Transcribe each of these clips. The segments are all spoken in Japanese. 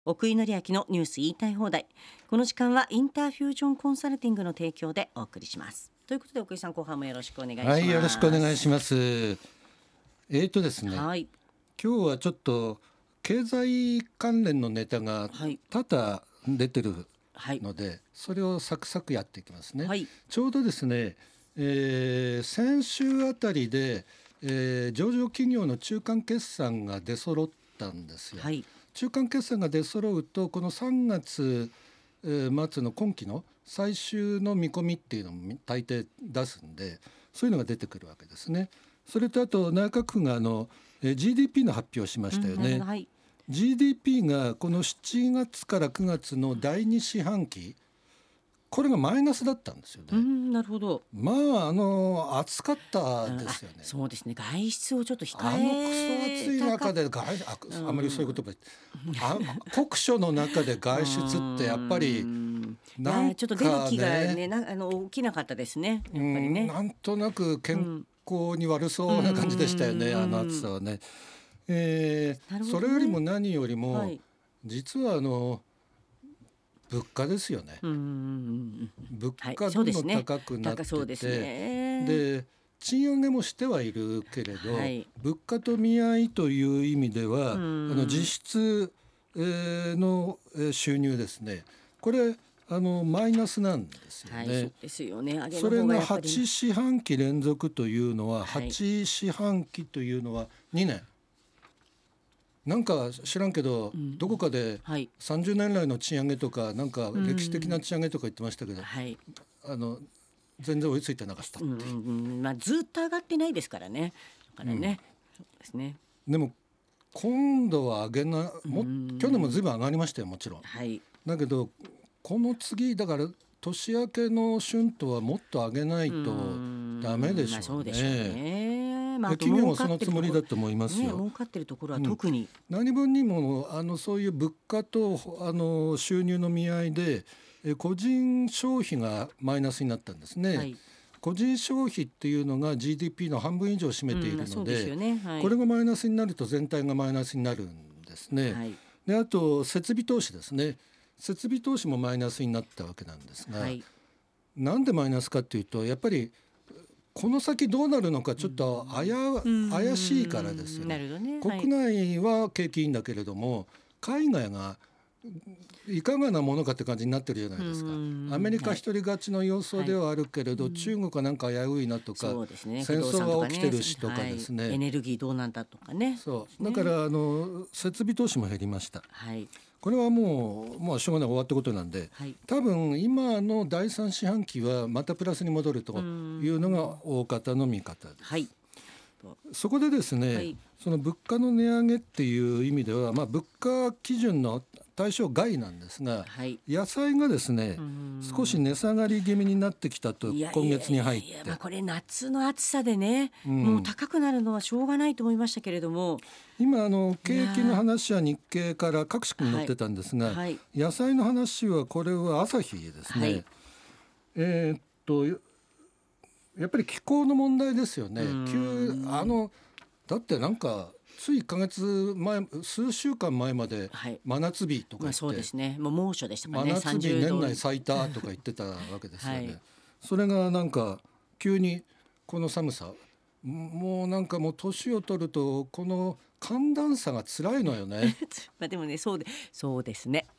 奥井紀明のニュース言いたい放題。この時間はインターフュージョンコンサルティングの提供でお送りします。ということで奥井さん、後半もよろしくお願いします。 はい、よろしくお願いします。ですね、 はい、 今日はちょっと経済関連のネタが多々出てるので、それをサクサクやっていきますね。ちょうどですね、先週あたりで、上場企業の中間決算が出揃ったんですよ。中間決算が出揃うとこの3月末の今期の最終の見込みっていうのも大抵出すんで、そういうのが出てくるわけですね。それとあと内閣府がGDP の発表しましたよね。GDP がこの7月から9月の第2四半期、これがマイナスだったんですよね。 なるほど。 暑かったですよね。 そうですね、外出をちょっと控クソ暑い中であんまりそういう言葉酷暑の中で外出ってやっぱりなんかね、 ちょっと出る気がね、起きなかったですね、やっぱりね。 なんとなく健康に悪そうな感じでしたよね、暑さはね。それよりも何よりも、実は物価ですよね。物価どんどん高くなってて、で賃上げもしてはいるけれど、物価と見合いという意味では実質の収入ですね、これマイナスなんですよね。 そうですよね。 それが8四半期連続というのは、8四半期というのは2年、なんか知らんけど、どこかで30年来の賃上げとか、なんか歴史的な賃上げとか言ってましたけど、全然追いついてなかったっていう、 ずっと上がってないですからね。だからね、そうですね。 でも今度は上げな去年もずいぶん上がりましたよ、もちろん。だけどこの次だから年明けの春闘はもっと上げないとダメでしょうね。企業もそのつもりだと思いますよ。 儲かってるところは特に、 何分にもそういう物価と収入の見合いで個人消費がマイナスになったんですね。個人消費っていうのが GDP の半分以上を占めているので、これがマイナスになると全体がマイナスになるんですね。であと設備投資ですね。設備投資もマイナスになったわけなんですが、なんでマイナスかっていうと、やっぱりこの先どうなるのかちょっと怪しいからですよね。国内は景気いいんだけれども、海外がいかがなものかって感じになってるじゃないですか。アメリカ一人勝ちの様相ではあるけれど、中国はなんか危ういなとか、戦争が起きてるしとかですね、 エネルギーどうなんだとかね。 だから設備投資も減りました。これはもうしょうがない、終わったことなんで、多分今の第3四半期はまたプラスに戻るというのが大方の見方です。そこでですね、その物価の値上げっていう意味では、物価基準の対象外なんですが、野菜がですね少し値下がり気味になってきたと、今月に入って。 これ夏の暑さでね、もう高くなるのはしょうがないと思いましたけれども、 今景気の話は日経から各紙に載ってたんですが、野菜の話はこれは朝日ですね。やっぱり気候の問題ですよね。だってなんかつい1ヶ月前、数週間前まで真夏日とか言って、 そうですね、もう猛暑でしたからね。 真夏日年内最多とか言ってたわけですよね。それがなんか急にこの寒さ、もうなんかもう年を取るとこの寒暖差が辛いのよね。 でもね、そうですね。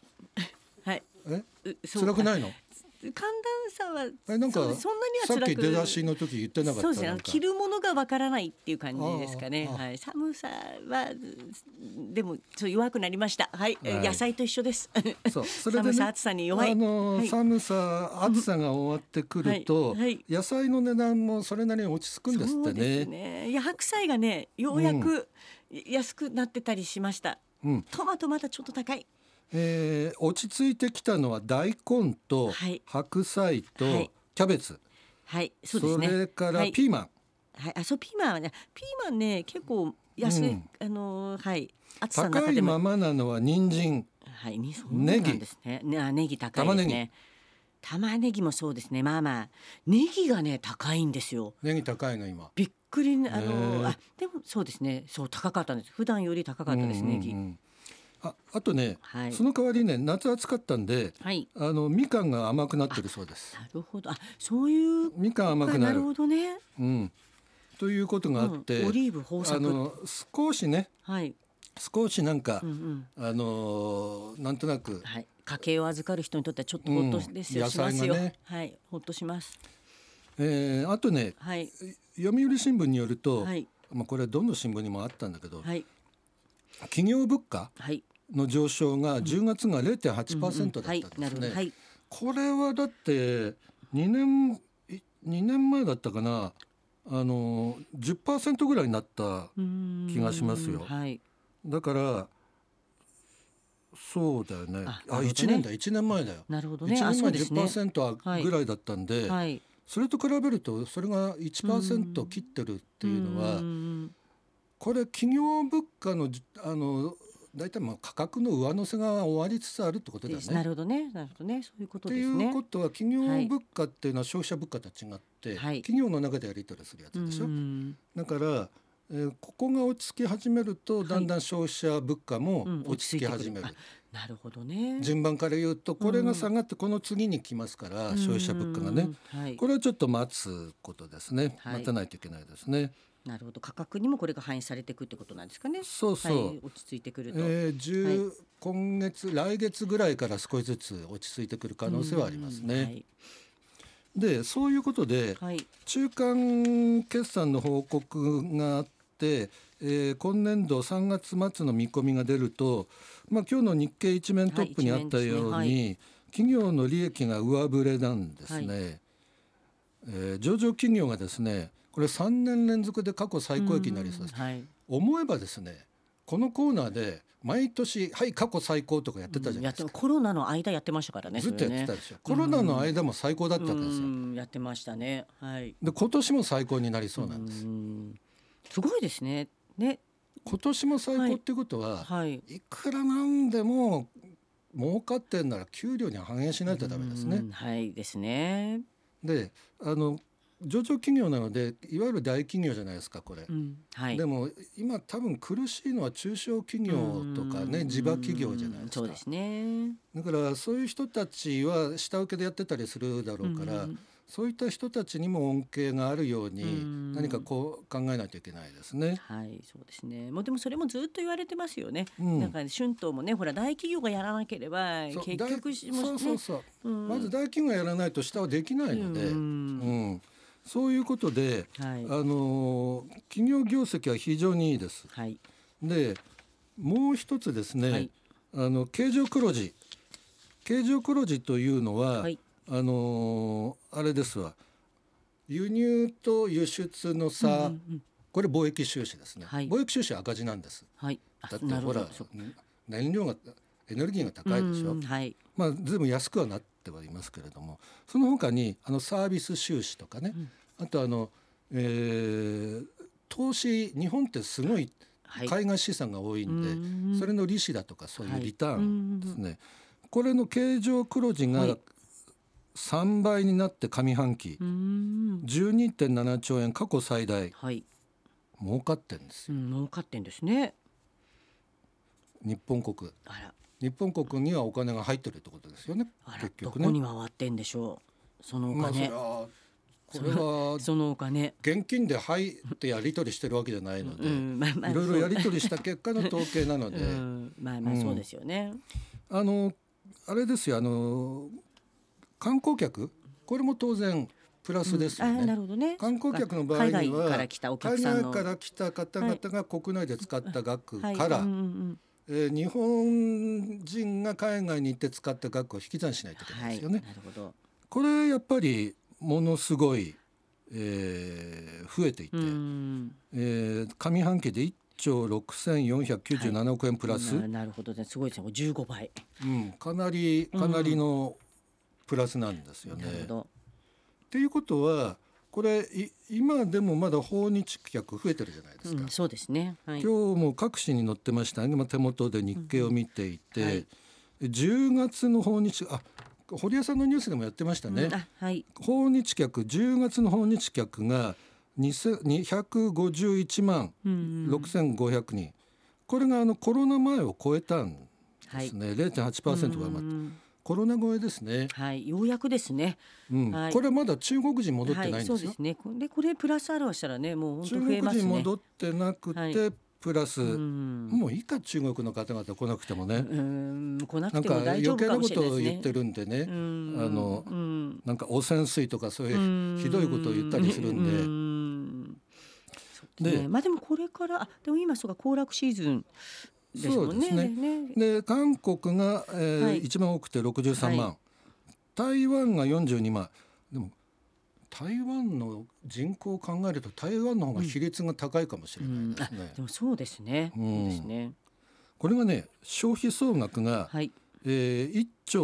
辛くないの？ 寒暖差はなんかそんなには辛く、 さっき出だしの時言ってなかった？ そうですね、着るものがわからないっていう感じですかね。寒さはでも弱くなりました。野菜と一緒です。 それでね、 寒さ暑さに弱い。 寒さ暑さが終わってくると、野菜の値段もそれなりに落ち着くんですってね。 そうですね。白菜がね、ようやく安くなってたりしました。トマトまだちょっと高い。 落ち着いてきたのは大根と白菜とキャベツ、それからピーマン。 ピーマンはね、結構安い、暑さの中高いでもままなのは人参、ネギ、 ネギ高いですね。玉ねぎもそうですね。ネギがね高いんですよ。 ネギ高いの今。 びっくり。でもそうですね、高かったんです。普段より高かったです、ネギ。 あとね、 はい、 その代わりね、夏暑かったんで、 はい、 みかんが甘くなってるそうです。 なるほど。そういうみかん甘くなる。 なるほどね。 うん、ということがあって、 オリーブ豊作。 少しね、 はい、 少しなんか、 うんうん、 なんとなく、 はい、家計を預かる人にとってはちょっとほっとですよ、 野しますよ。 菜がね、 はい、ほっとします。 あとね、 はい、 読売新聞によると、 はい、 これどの新聞にもあったんだけど、 はい、 企業物価はい、 の上昇が10月が 0.8% だはい、 ったんですね。 なるほど。はい、 これはだって2年前だったかな、10% ぐらいになった気がしますよ。 はい、 だからそうだよね。 なるほどね。 1年前だよ。 なるほどね。 1年前そうですね。 10% ぐらいだったんで、 はい、 それと比べるとそれが 1% 切ってるっていうのは、これ企業物価のだいたい価格の上乗せが終わりつつあるってことだよね。 なるほどね、なるほどね、そういうことってですね。 いうことは、企業物価っていうのは消費者物価と違って、 はい、 企業の中でやり取りするやつでしょ。だから、ここが落ち着き始めると、だんだん消費者物価も落ち着き始める。 なるほどね。 順番から言うと、これが下がってこの次に来ますから、消費者物価がね、これはちょっと待つことですね。待たないといけないですね。 なるほど、価格にもこれが反映されていくってことなんですかね。 そうそう、 落ち着いてくると、 今月来月ぐらいから少しずつ落ち着いてくる可能性はありますね。でそういうことで、中間決算の報告があって、今年度3月末の見込みが出ると、今日の日経一面トップにあったように、企業の利益が上振れなんですね。上場企業がですね、これ3年連続で過去最高益になりそうです。思えばですね、このコーナーで毎年過去最高とかやってたじゃないですか。 コロナの間やってましたからね。 ずっとやってたでしょ。コロナの間も最高だったんですよ。 やってましたね。 で今年も最高になりそうなんです。 すごいですね。 今年も最高ってことは、いくらなんでも儲かってんなら給料に反映しないとダメですね。 ですね。 で上場企業なのでいわゆる大企業じゃないですかこれ、でも今多分苦しいのは中小企業とかね、地場企業じゃないですか。 そうですね。 だからそういう人たちは下請けでやってたりするだろうから、そういった人たちにも恩恵があるように何かこう考えないといけないですね。 そうですね。でもそれもずっと言われてますよね。なんか春闘もね、ほら大企業がやらなければ結局まず大企業がやらないと下はできないので、そういうことで、企業業績は非常にいいです。でもう一つですね、経常黒字というのは、あれですわ、輸入と輸出の差、これ貿易収支ですね。貿易収支は赤字なんです。だってほら燃料がエネルギーが高いでしょ。随分安くはなってはいますけれども、その他にサービス収支とかね、あと投資、日本ってすごい海外資産が多いんで、それの利子だとかそういうリターンですね、これの経常黒字が3倍になって上半期 12.7 兆円過去最大、儲かってんですよ。 儲かってんですね。 日本国にはお金が入ってるってことですよね。結局ね、 どこに回ってんでしょう、そのお金。 これはそのお金現金で入ってやり取りしてるわけじゃないので、いろいろやり取りした結果の統計なのでそうですよね。 あれですよ、観光客、これも当然プラスですよね。観光客の場合には海外から来た方々が国内で使った額から日本人が海外に行って使った額を引き算しないといけないですよね。これやっぱりものすごい、増えていて、上半期で1兆6497億円プラス、 なるほどね、すごいですね、15倍、 かなりのプラスなんですよね。っていうことはこれ今でもまだ訪日客増えてるじゃないですか。 そうですね、 今日も各紙に載ってましたね。手元で日経を見ていて、10月の訪日、堀江さんのニュースでもやってましたね。訪日客、10月の訪日客が251万6500人、これがコロナ前を超えたんですね、0.8% が余った。コロナ超えですね。 はい、ようやくですね。はい、 これまだ中国人戻ってないんですよ。 そうですね。でこれプラスアルファしたらね、もう本当増えますね。 中国人戻ってなくて、プラスもういいか、中国の方々来なくてもね。 来なくても大丈夫かもしれないですね。 なんか余計なことを言ってるんでね、なんか汚染水とかそういうひどいことを言ったりするんで。 で、まあでもこれからでも今そうか行楽シーズンですもんね。 そうですね。で韓国が、一番多くて63万、台湾が42万。でも台湾の人口を考えると台湾の方が比率が高いかもしれないですね。 でもそうですね。そうですね。 これがね、消費総額が、1兆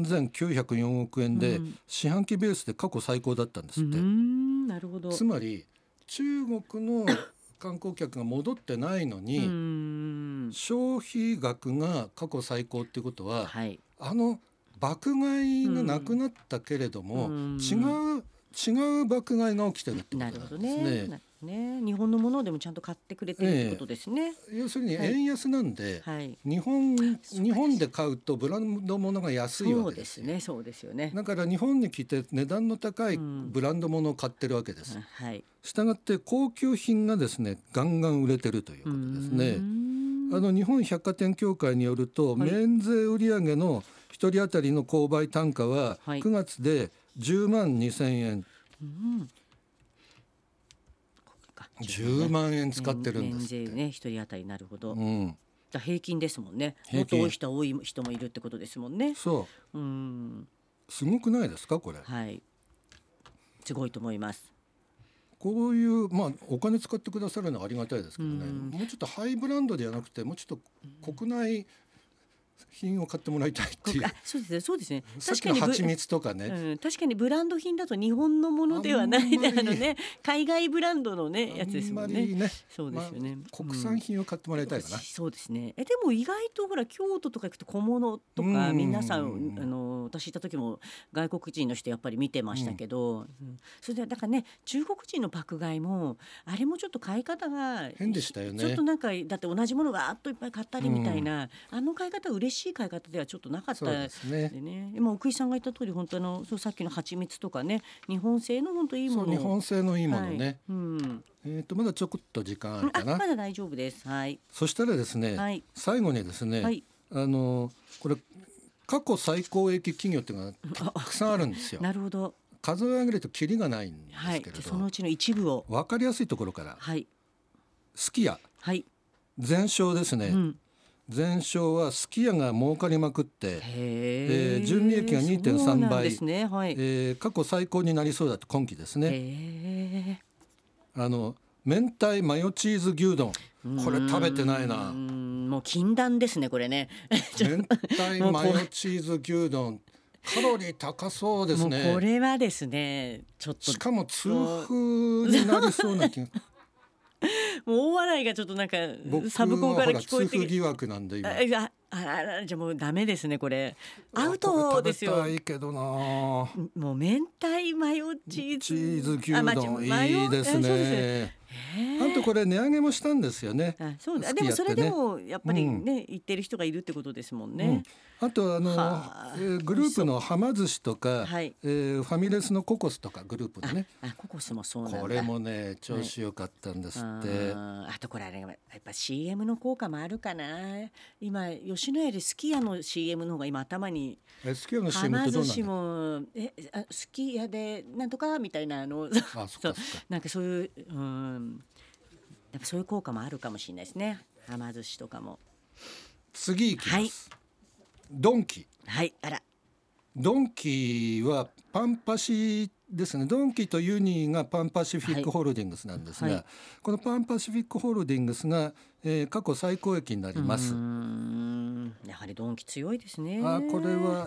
3904億円で、四半期ベースで過去最高だったんですって。 なるほど。 つまり中国の観光客が戻ってないのに消費額が過去最高っていうことは、爆買いがなくなったけれども、違う爆買いが起きてるってことなんですね。 日本のものでもちゃんと買ってくれてるってことですね。 要するに円安なんで、日本で買うとブランド物が安いわけですよ。 そうですよね。 だから日本に来て値段の高いブランド物を買ってるわけです。したがって高級品がですね、ガンガン売れてるということですね。日本百貨店協会によると、免税売上の1人当たりの購買単価は9月で10万2000円、10万円使ってるんですって。 免税ね、1人当たり。なるほど。平均ですもんね。もっと多い人は多い人もいるってことですもんね。 そう。すごくないですかこれ。 すごいと思います。 こういう、お金使ってくださるのはありがたいですけどね、もうちょっとハイブランドではなくて、もうちょっと国内品を買ってもらいたいっていう。 そうですね。 さっきの蜂蜜とかね、 確かにブランド品だと日本のものではないね、海外ブランドのねやつですもんね。そうですよね。 国産品を買ってもらいたいかな。 そうですね。でも意外とほら京都とか行くと小物とか、皆さん私行った時も外国人の人やっぱり見てましたけど、それでだからね、中国人の爆買いもあれもちょっと買い方が変でしたよね。 ちょっとなんかだって同じものがあっといっぱい買ったりみたいな、あの買い方嬉しい買い方ではちょっとなかったですね。今奥井さんが言った通り、本当そうさっきの蜂蜜とかね、日本製の本当いいもの。 日本製のいいものね。まだちょこっと時間あるかな。 まだ大丈夫です。 そしたらですね、最後にですね、これ過去最高益企業っていうのがたくさんあるんですよ。 なるほど。 数え上げるとキリがないんですけれど、 そのうちの一部を分かりやすいところから、すき家、全焼ですね。全焼はすき家が儲かりまくって、純利益が 2.3 倍、過去最高になりそうだと今期ですね。明太マヨチーズ牛丼、これ食べてないな。 もう禁断ですねこれね。 明太マヨチーズ牛丼、カロリー高そうですね。 もうこれはですね、ちょっとしかも痛風になりそうな気がもう大笑いがちょっとなんかサブコンから聞こえて、 痛風疑惑なんで今。 じゃあもうダメですねこれ。アウトですよ。 食べたいけどな。もう明太マヨチーズ牛丼いいですね。あとこれ値上げもしたんですよね。 でもそれでもやっぱりね、言ってる人がいるってことですもんね。 あとグループのはま寿司とか、ファミレスのココスとかグループのね、 ココスもそうなんだ。 これもね調子良かったんですって。 あとこれやっぱ CM の効果もあるかな。今吉野家ですき家の CM の方が今頭に。 すき家の CM ってどうなんだ。 はま寿司もすき家でなんとかみたいななんかそういうやっぱそういう効果もあるかもしれないですね。はま寿司とかも。 次いきます。ドンキ。ドンキはパンパシですね。ドンキとユニがパンパシフィックホールディングスなんですが、このパンパシフィックホールディングスが、過去最高益になります。 やはりドンキ強いですね。 これは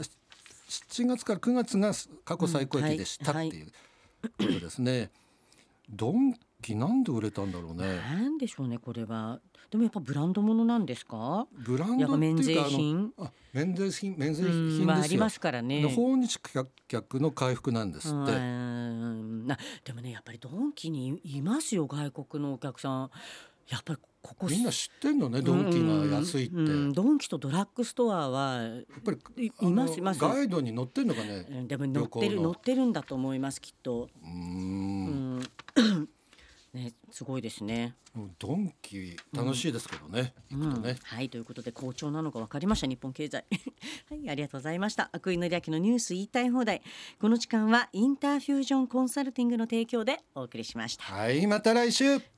7月から9月が過去最高益でしたっていうことですね。ドンキなんで売れたんだろうね。 なんでしょうねこれは。でもやっぱブランド物なんですか。 ブランドっていうか免税品ですよ。 ありますからね。 訪日客の回復なんですって。 でもねやっぱりドンキにいますよ外国のお客さん。やっぱりここみんな知ってんのね、ドンキが安いって。 ドンキとドラッグストアはやっぱりいますガイドに載ってんのかね。 でも載ってるんだと思います、きっと。ね、すごいですね。 ドンキ楽しいですけどね、行くとね。 はい、ということで好調なのが分かりました、日本経済はい、ありがとうございました。涌井紀明のニュース言いたい放題。この時間はインターフュージョンコンサルティングの提供でお送りしました。 はい、また来週。